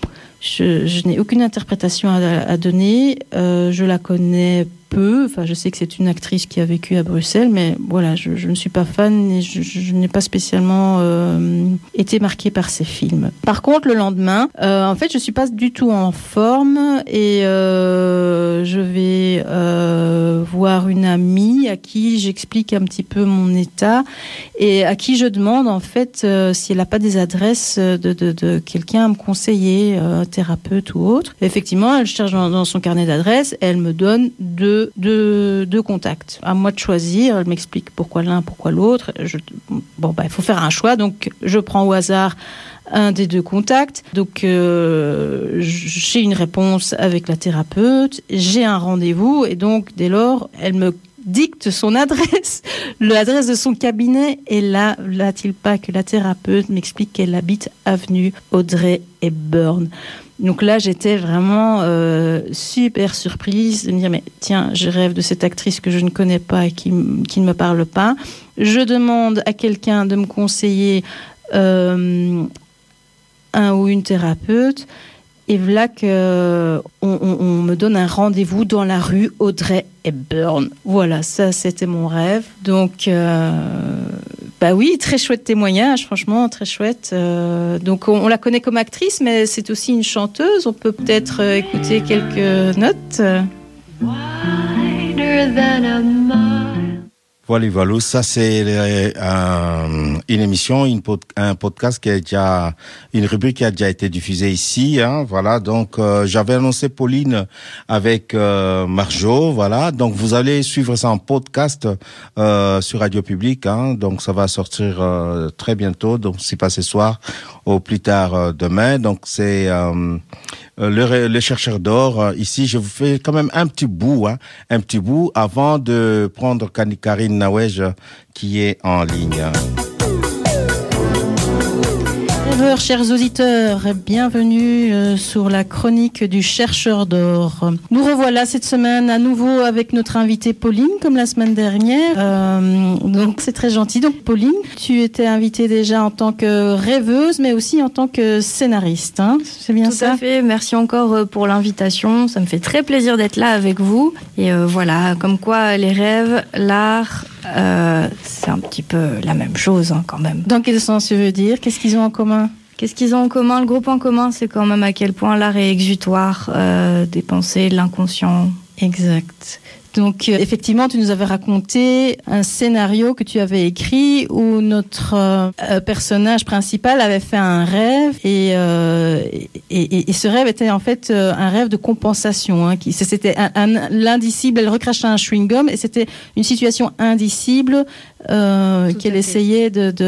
Je n'ai aucune interprétation à donner. Je la connais peu. Enfin, je sais que c'est une actrice qui a vécu à Bruxelles, mais voilà, je ne suis pas fan et je n'ai pas spécialement été marquée par ces films. Par contre, le lendemain, en fait, je suis pas du tout en forme et je vais voir une amie à qui j'explique un petit peu mon état et à qui je demande en fait si elle n'a pas des adresses de quelqu'un à me conseiller, thérapeute ou autre. Et effectivement, elle cherche dans son carnet d'adresses et elle me donne deux contacts. À moi de choisir. Elle m'explique pourquoi l'un, pourquoi l'autre. Il faut faire un choix. Donc, je prends au hasard un des deux contacts. Donc, j'ai une réponse avec la thérapeute. J'ai un rendez-vous. Et donc, dès lors, elle me dicte son adresse, l'adresse de son cabinet. Et là, n'a-t-il pas que la thérapeute m'explique qu'elle habite avenue Audrey Hepburn. Donc là, j'étais vraiment super surprise de me dire, mais tiens, je rêve de cette actrice que je ne connais pas et qui ne me parle pas. Je demande à quelqu'un de me conseiller un ou une thérapeute. Et voilà qu'on me donne un rendez-vous dans la rue Audrey Hepburn. Voilà, ça, c'était mon rêve. Donc, oui, très chouette témoignage, franchement, très chouette. Donc, on la connaît comme actrice, mais c'est aussi une chanteuse. On peut peut-être écouter quelques notes. Voilà, ça c'est une émission, un podcast qui a déjà, une rubrique qui a déjà été diffusée ici, hein, voilà. Donc j'avais annoncé Pauline avec Marjo, voilà. Donc vous allez suivre ça en podcast sur Radio Public, hein. Donc ça va sortir très bientôt, donc c'est pas ce soir, au plus tard demain. Donc c'est le chercheur d'or. Ici, je vous fais quand même un petit bout avant de prendre Karine Nawej qui est en ligne. Chers auditeurs, bienvenue sur la chronique du chercheur d'or. Nous revoilà cette semaine à nouveau avec notre invitée Pauline, comme la semaine dernière. Donc c'est très gentil. Donc Pauline, tu étais invitée déjà en tant que rêveuse, mais aussi en tant que scénariste. Hein, c'est bien ça ? Tout à fait. Merci encore pour l'invitation. Ça me fait très plaisir d'être là avec vous. Et voilà, comme quoi les rêves, l'art, c'est un petit peu la même chose hein, quand même. Dans quel sens tu veux dire ? Qu'est-ce qu'ils ont en commun ? Qu'est-ce qu'ils ont en commun ? Le gros point commun, c'est quand même à quel point l'art est exutoire des pensées, de l'inconscient. Exact. Donc, effectivement, tu nous avais raconté un scénario que tu avais écrit où notre personnage principal avait fait un rêve et ce rêve était en fait un rêve de compensation. Hein, c'était l'indicible. Elle recrachait un chewing-gum et c'était une situation indicible qu'elle essayait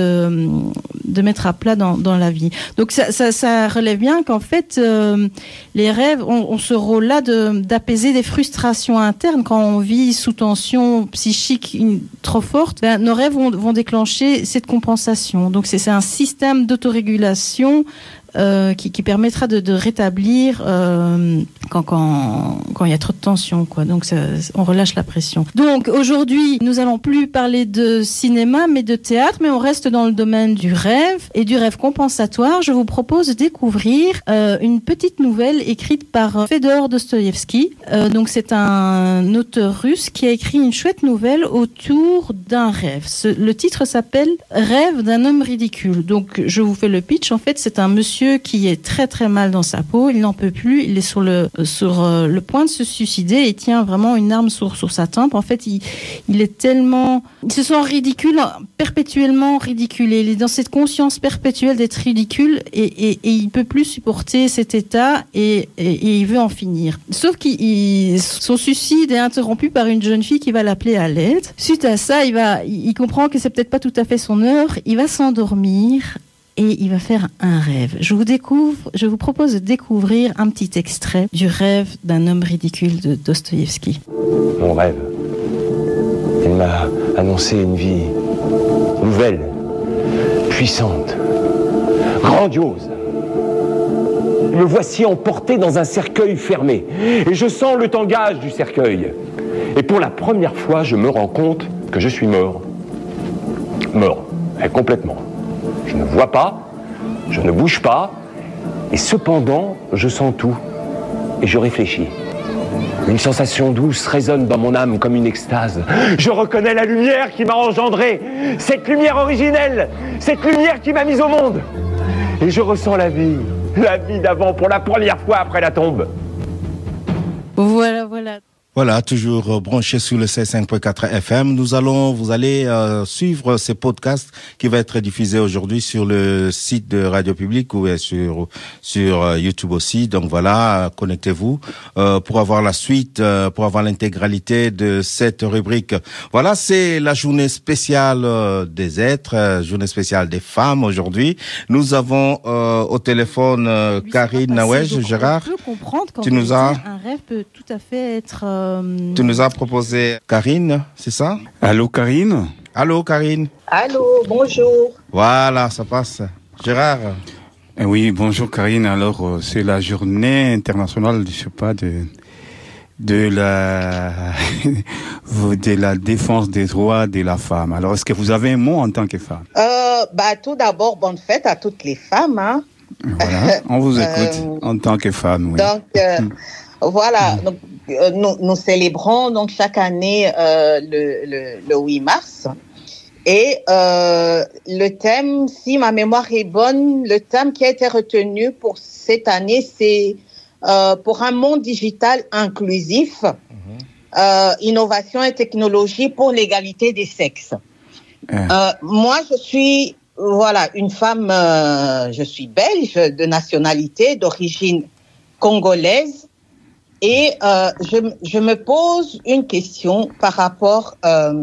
de mettre à plat dans la vie. Donc, ça relève bien qu'en fait, les rêves ont ce rôle-là d'apaiser des frustrations internes quand on vit sous tension psychique trop forte, nos rêves vont déclencher cette compensation. Donc c'est un système d'autorégulation qui permettra de rétablir quand il y a trop de tension, quoi. Donc on relâche la pression. Donc aujourd'hui, nous allons plus parler de cinéma, mais de théâtre, mais on reste dans le domaine du rêve et du rêve compensatoire. Je vous propose de découvrir une petite nouvelle écrite par Fedor Dostoïevski. Donc c'est un auteur russe qui a écrit une chouette nouvelle autour d'un rêve. Le titre s'appelle Rêve d'un homme ridicule. Donc je vous fais le pitch. En fait, c'est un monsieur qui est très très mal dans sa peau, il n'en peut plus, il est sur le point de se suicider et tient vraiment une arme sur sa tempe. En fait, il se sent ridicule, perpétuellement ridiculé. Il est dans cette conscience perpétuelle d'être ridicule et il peut plus supporter cet état et il veut en finir. Sauf que son suicide est interrompu par une jeune fille qui va l'appeler à l'aide. Suite à ça, il comprend que c'est peut-être pas tout à fait son heure, il va s'endormir et il va faire un rêve. Je vous propose de découvrir un petit extrait du rêve d'un homme ridicule de Dostoïevski. Mon rêve, il m'a annoncé une vie nouvelle, puissante, grandiose. Me voici emporté dans un cercueil fermé et je sens le tangage du cercueil. Et pour la première fois, je me rends compte que je suis mort. Mort, complètement. Je ne vois pas, je ne bouge pas, et cependant, je sens tout, et je réfléchis. Une sensation douce résonne dans mon âme comme une extase. Je reconnais la lumière qui m'a engendré, cette lumière originelle, cette lumière qui m'a mise au monde. Et je ressens la vie d'avant pour la première fois après la tombe. Voilà. Voilà, toujours branché sur le 5.4 FM. Vous allez suivre ces podcasts qui va être diffusé aujourd'hui sur le site de Radio Public ou sur YouTube aussi. Donc voilà, connectez-vous pour avoir la suite, pour avoir l'intégralité de cette rubrique. Voilà, c'est la journée spéciale des êtres, journée spéciale des femmes aujourd'hui. Nous avons au téléphone Karine Nawej. Gérard, on peut comprendre quand un rêve peut tout à fait être Tu nous as proposé Karine, c'est ça? Allô Karine? Allô Karine? Allô, bonjour. Voilà, ça passe. Gérard? Oui, bonjour Karine. Alors, c'est la journée internationale, de la défense des droits de la femme. Alors, est-ce que vous avez un mot en tant que femme? Tout d'abord, bonne fête à toutes les femmes. Hein. Voilà, on vous écoute en tant que femme. Oui. Donc, voilà. Donc, nous célébrons donc chaque année le 8 mars. Et le thème, si ma mémoire est bonne, le thème qui a été retenu pour cette année, c'est pour un monde digital inclusif. innovation et technologie pour l'égalité des sexes. Moi, je suis une femme, je suis belge de nationalité, d'origine congolaise, et je me pose une question par rapport,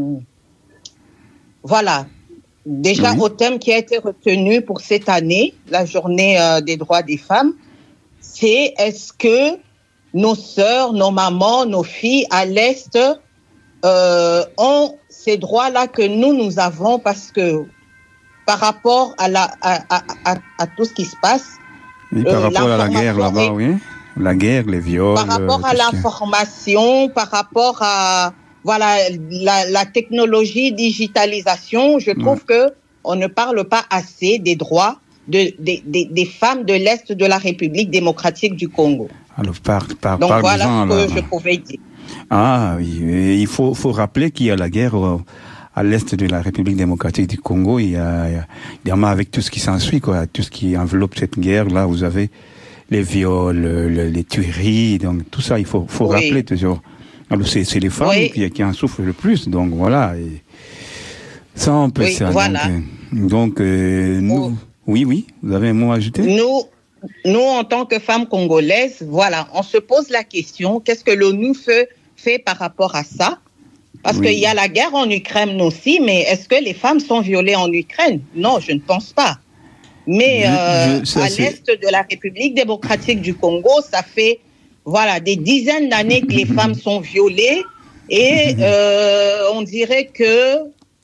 déjà au thème qui a été retenu pour cette année, la journée des droits des femmes, c'est est-ce que nos sœurs, nos mamans, nos filles à l'Est ont ces droits-là que nous avons, parce que par rapport à tout ce qui se passe. Oui, par rapport à la guerre là-bas, oui. La guerre, les viols. Par rapport à l'information, par rapport à la technologie, digitalisation, je trouve que on ne parle pas assez des droits des femmes de l'Est de la République démocratique du Congo. Alors, donc voilà ce que je pouvais dire. Ah oui, il faut rappeler qu'il y a la guerre à l'Est de la République démocratique du Congo. Il y a évidemment avec tout ce qui s'ensuit, quoi, tout ce qui enveloppe cette guerre, là, vous avez les viols, les tueries, donc tout ça, il faut rappeler toujours. Alors c'est les femmes qui en souffrent le plus, donc voilà. Et ça, on peut ça. Voilà. Donc nous, oui, vous avez un mot à ajouter? Nous, en tant que femmes congolaises, on se pose la question, qu'est-ce que l'ONU fait par rapport à ça? Parce qu'il y a la guerre en Ukraine aussi, mais est-ce que les femmes sont violées en Ukraine? Non, je ne pense pas. Mais à l'Est de la République démocratique du Congo, ça fait des dizaines d'années que les femmes sont violées, et on dirait que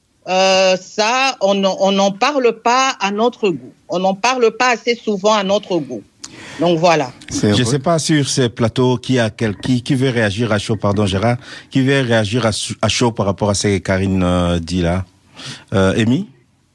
on n'en parle pas à notre goût. On n'en parle pas assez souvent à notre goût. Donc voilà. Je ne sais pas sur ces plateaux qui veut réagir à chaud, pardon Gérard, qui veut réagir à chaud par rapport à ce que Karine dit là. Amy?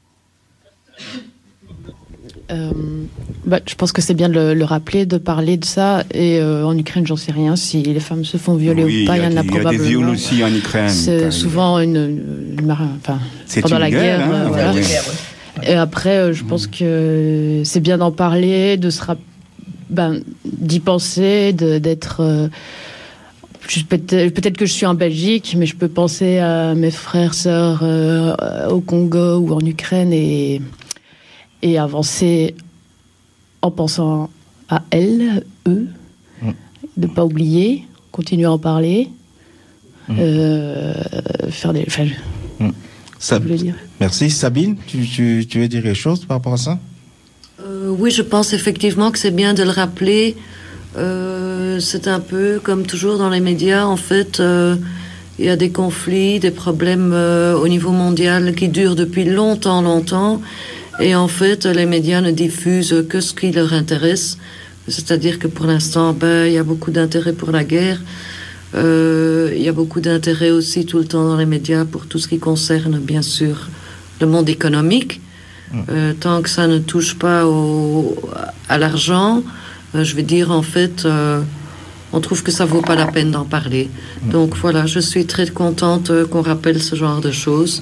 Je pense que c'est bien de le rappeler, de parler de ça. Et en Ukraine, j'en sais rien. Si les femmes se font violer ou pas, il y en a probablement. Il y a des viols aussi en Ukraine. C'est souvent pendant la guerre. Et après, je pense que c'est bien d'en parler, d'y penser, d'être... peut-être que je suis en Belgique, mais je peux penser à mes frères, sœurs au Congo ou en Ukraine et avancer en pensant à elles, eux, de ne pas oublier, continuer à en parler, faire des... Merci. Sabine, tu veux dire quelque chose par rapport à ça? Oui, je pense effectivement que c'est bien de le rappeler. C'est un peu comme toujours dans les médias, en fait, il y a des conflits, des problèmes au niveau mondial qui durent depuis longtemps, et en fait, les médias ne diffusent que ce qui leur intéresse. C'est-à-dire que pour l'instant, il y a beaucoup d'intérêt pour la guerre. Il y a beaucoup d'intérêt aussi tout le temps dans les médias pour tout ce qui concerne, bien sûr, le monde économique. Tant que ça ne touche pas à l'argent, je vais dire, en fait, on trouve que ça vaut pas la peine d'en parler. Donc voilà, je suis très contente qu'on rappelle ce genre de choses.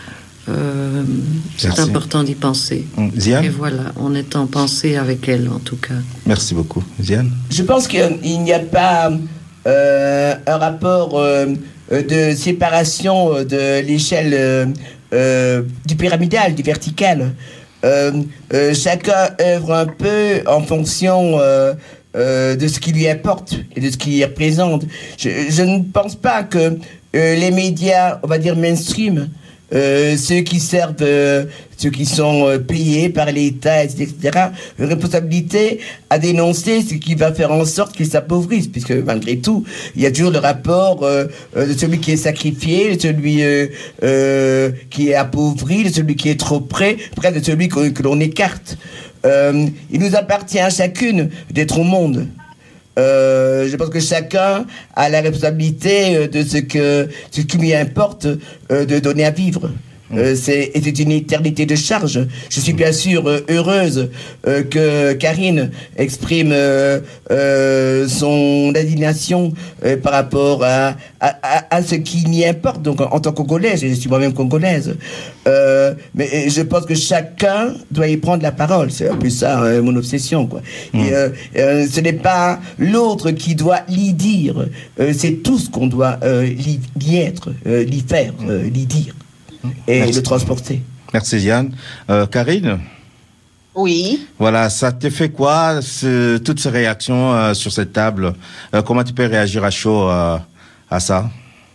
C'est important d'y penser. Ziane? Et voilà, on est en pensée avec elle, en tout cas. Merci beaucoup. Ziane? Je pense qu'il n'y a pas un rapport de séparation de l'échelle du pyramidal, du vertical. Chacun œuvre un peu en fonction de ce qui lui apporte et de ce qui représente. Je ne pense pas que les médias, on va dire mainstream, ceux qui servent, ceux qui sont payés par l'État, etc., une responsabilité à dénoncer ce qui va faire en sorte qu'ils s'appauvrissent, puisque malgré tout, il y a toujours le rapport de celui qui est sacrifié, de celui qui est appauvri, de celui qui est trop près de celui que l'on écarte. Il nous appartient à chacune d'être au monde. Je pense que chacun a la responsabilité de ce qui lui importe de donner à vivre. C'est une éternité de charge. Je suis bien sûr heureuse que Karine exprime son indignation par rapport à ce qui m'y importe. Donc en tant que Congolaise, et je suis moi-même congolaise, mais je pense que chacun doit y prendre la parole. C'est un peu ça mon obsession, quoi. Et, ce n'est pas l'autre qui doit l'y dire. C'est tout ce qu'on doit l'y être, l'y faire, l'y dire. Et le transporter. Merci Yann. Karine? Oui. Voilà, ça te fait quoi, toutes ces réactions sur cette table? Comment tu peux réagir à chaud à ça?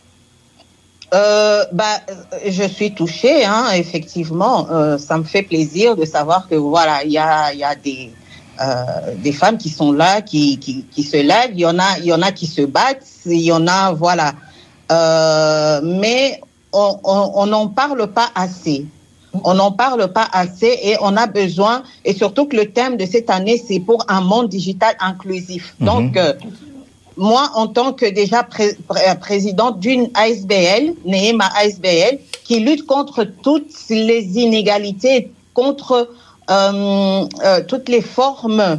Je suis touchée, hein, effectivement. Ça me fait plaisir de savoir que voilà, il y a des femmes qui sont là, qui se lèvent. Il y en a qui se battent. Il y en a, voilà. Mais on n'en parle pas assez. On n'en parle pas assez et on a besoin, et surtout que le thème de cette année, c'est pour un monde digital inclusif. Donc, moi, en tant que déjà présidente d'une ASBL, Neema ASBL, qui lutte contre toutes les inégalités, contre toutes les formes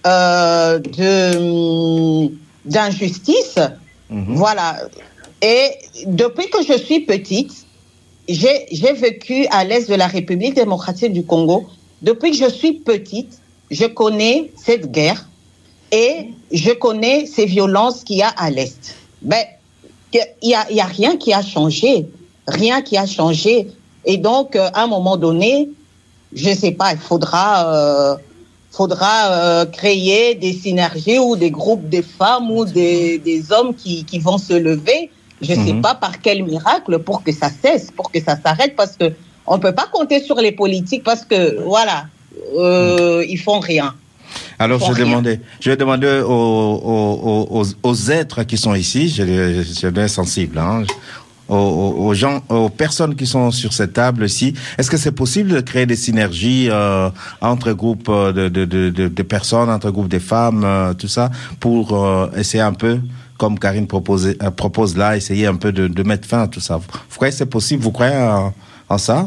d'injustice, voilà. Et depuis que je suis petite, j'ai vécu à l'est de la République démocratique du Congo. Depuis que je suis petite, je connais cette guerre et je connais ces violences qu'il y a à l'est. Ben, il y a rien qui a changé. Rien qui a changé. Et donc, à un moment donné, je sais pas, il faudra créer des synergies ou des groupes de femmes ou des hommes qui vont se lever. Je sais pas par quel miracle pour que ça cesse, pour que ça s'arrête, parce que on peut pas compter sur les politiques parce que voilà, ils font rien. Alors je vais demander aux êtres qui sont ici, je bien sensible, hein, aux gens, aux personnes qui sont sur cette table ici. Est-ce que c'est possible de créer des synergies entre groupes de personnes, entre groupes de femmes, tout ça, pour essayer un peu, comme Karine propose là, essayer un peu de mettre fin à tout ça. Vous croyez que c'est possible? Vous croyez en ça?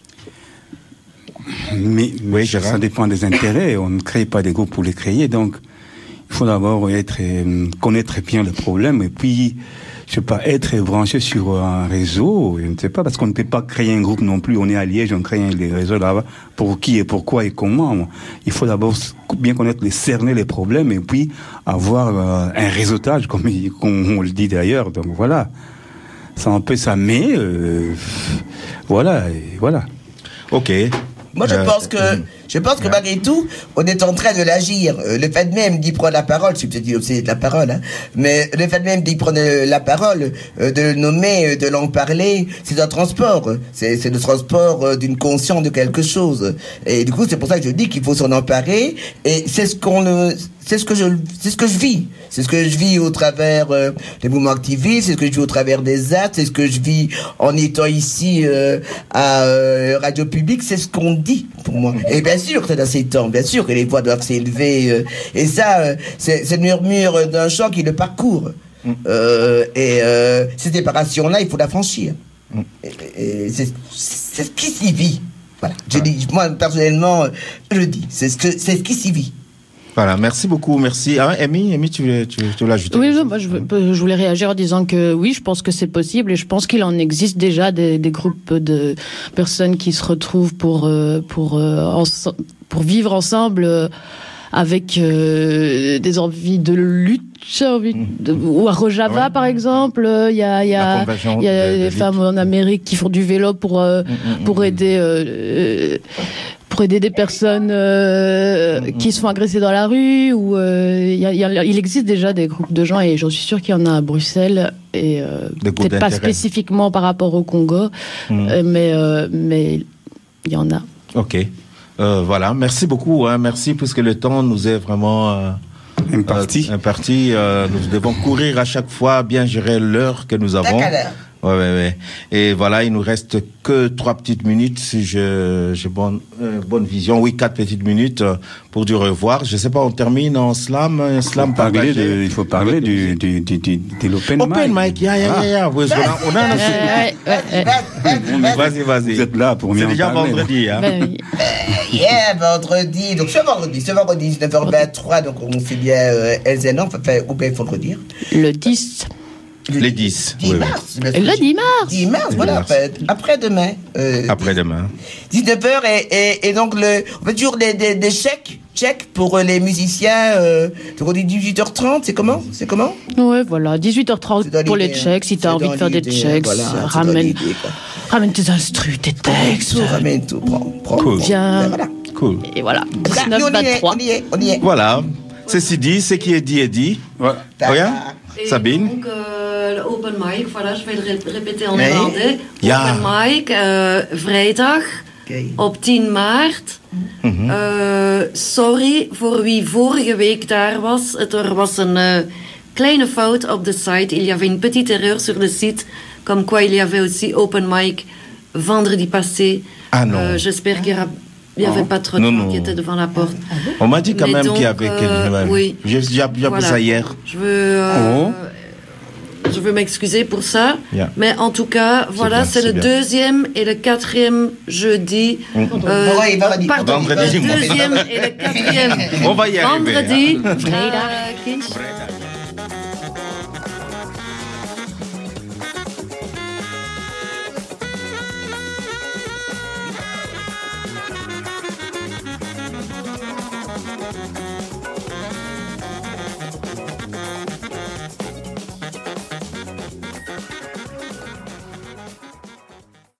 Mais oui, ça dépend des intérêts. On ne crée pas des groupes pour les créer. Donc, il faut d'abord connaître bien le problème et puis, je sais pas, être branché sur un réseau. Je ne sais pas, parce qu'on ne peut pas créer un groupe non plus. On est à Liège, on crée les réseaux là-bas. Pour qui et pourquoi et comment? Il faut d'abord bien connaître, cerner les problèmes et puis avoir un réseautage, comme on le dit d'ailleurs. Donc voilà. C'est un peu ça. Mais, voilà. Ok. Moi, je pense que malgré tout, on est en train de l'agir. Le fait même d'y prendre la parole, c'est peut-être obsédé de la parole, hein, mais le fait même d'y prendre la parole, de le nommer, de l'en parler, c'est un transport. C'est le transport d'une conscience de quelque chose. Et du coup, c'est pour ça que je dis qu'il faut s'en emparer. Et c'est ce que je vis. C'est ce que je vis au travers des mouvements activistes, c'est ce que je vis au travers des actes, c'est ce que je vis en étant ici à Radio Publique, c'est ce qu'on dit pour moi. Et bien sûr que c'est dans ces temps, bien sûr que les voix doivent s'élever. Et ça, c'est le murmure d'un chant qui le parcourt. Cette séparation-là, il faut la franchir. Et c'est ce qui s'y vit. Voilà. Je dis, moi, personnellement, je le dis, c'est ce qui s'y vit. Voilà, merci beaucoup, merci. Ah, Amy, tu voulais ajouter? Oui, moi je voulais réagir en disant que oui, je pense que c'est possible et je pense qu'il en existe déjà des groupes de personnes qui se retrouvent pour vivre ensemble avec des envies de lutte. Ou à Rojava, par exemple, il y a des femmes en Amérique qui font du vélo pour aider des personnes qui se font agresser dans la rue. Ou il existe déjà des groupes de gens et j'en suis sûre qu'il y en a à Bruxelles et peut-être pas spécifiquement par rapport au Congo, mais il y en a. Ok, voilà. Merci beaucoup. Merci puisque le temps nous est vraiment imparti. Nous devons courir à chaque fois, bien gérer l'heure que nous avons. Ouais. Et voilà, il nous reste que 3 petites minutes si j'ai bonne vision. Oui, 4 petites minutes pour du revoir. Je sais pas, on termine en slam. Il faut parler de l'open mic. Open mic, yeah. On a Vas-y. Vous êtes là pour m'y en parler. C'est déjà vendredi, hein. Vendredi. Donc, ce vendredi, 19h23, donc on fait bien Elzénan, ou bien il faut le redire. Le 10. Les 10. 10 mars. Le 10 mars. 10 mars, voilà. Après-demain. 19h et donc on fait toujours des chèques pour les musiciens. Donc on dit 18h30, c'est comment Ouais, voilà, 18h30 pour les chèques. Si t'as envie de faire des chèques, ramène tes instrus, tes textes. Ramène tout, prends. Viens. Voilà. Cool. Et voilà. On y est. Voilà. Ceci dit, ce qui est dit est dit. Voilà. Et Sabine. donc, le open mic, voilà, je vais le répéter en néerlandais. Ja. Open mic, vrijdag op 10 maart. Sorry voor wie vorige week daar was. Er was een kleine fout op de site. Il y avait une petite erreur sur le site. Comme quoi il y avait aussi open mic vendredi passé. Ah non. J'espère qu'il n'y avait pas trop de gens qui étaient devant la porte. On m'a dit quand même qu'il y avait oui. J'ai appris ça hier. Je veux m'excuser pour ça. Yeah. Mais en tout cas, voilà, c'est le deuxième et le quatrième jeudi. Pardon, le deuxième et le quatrième On va y arriver. vendredi. Vrijdag.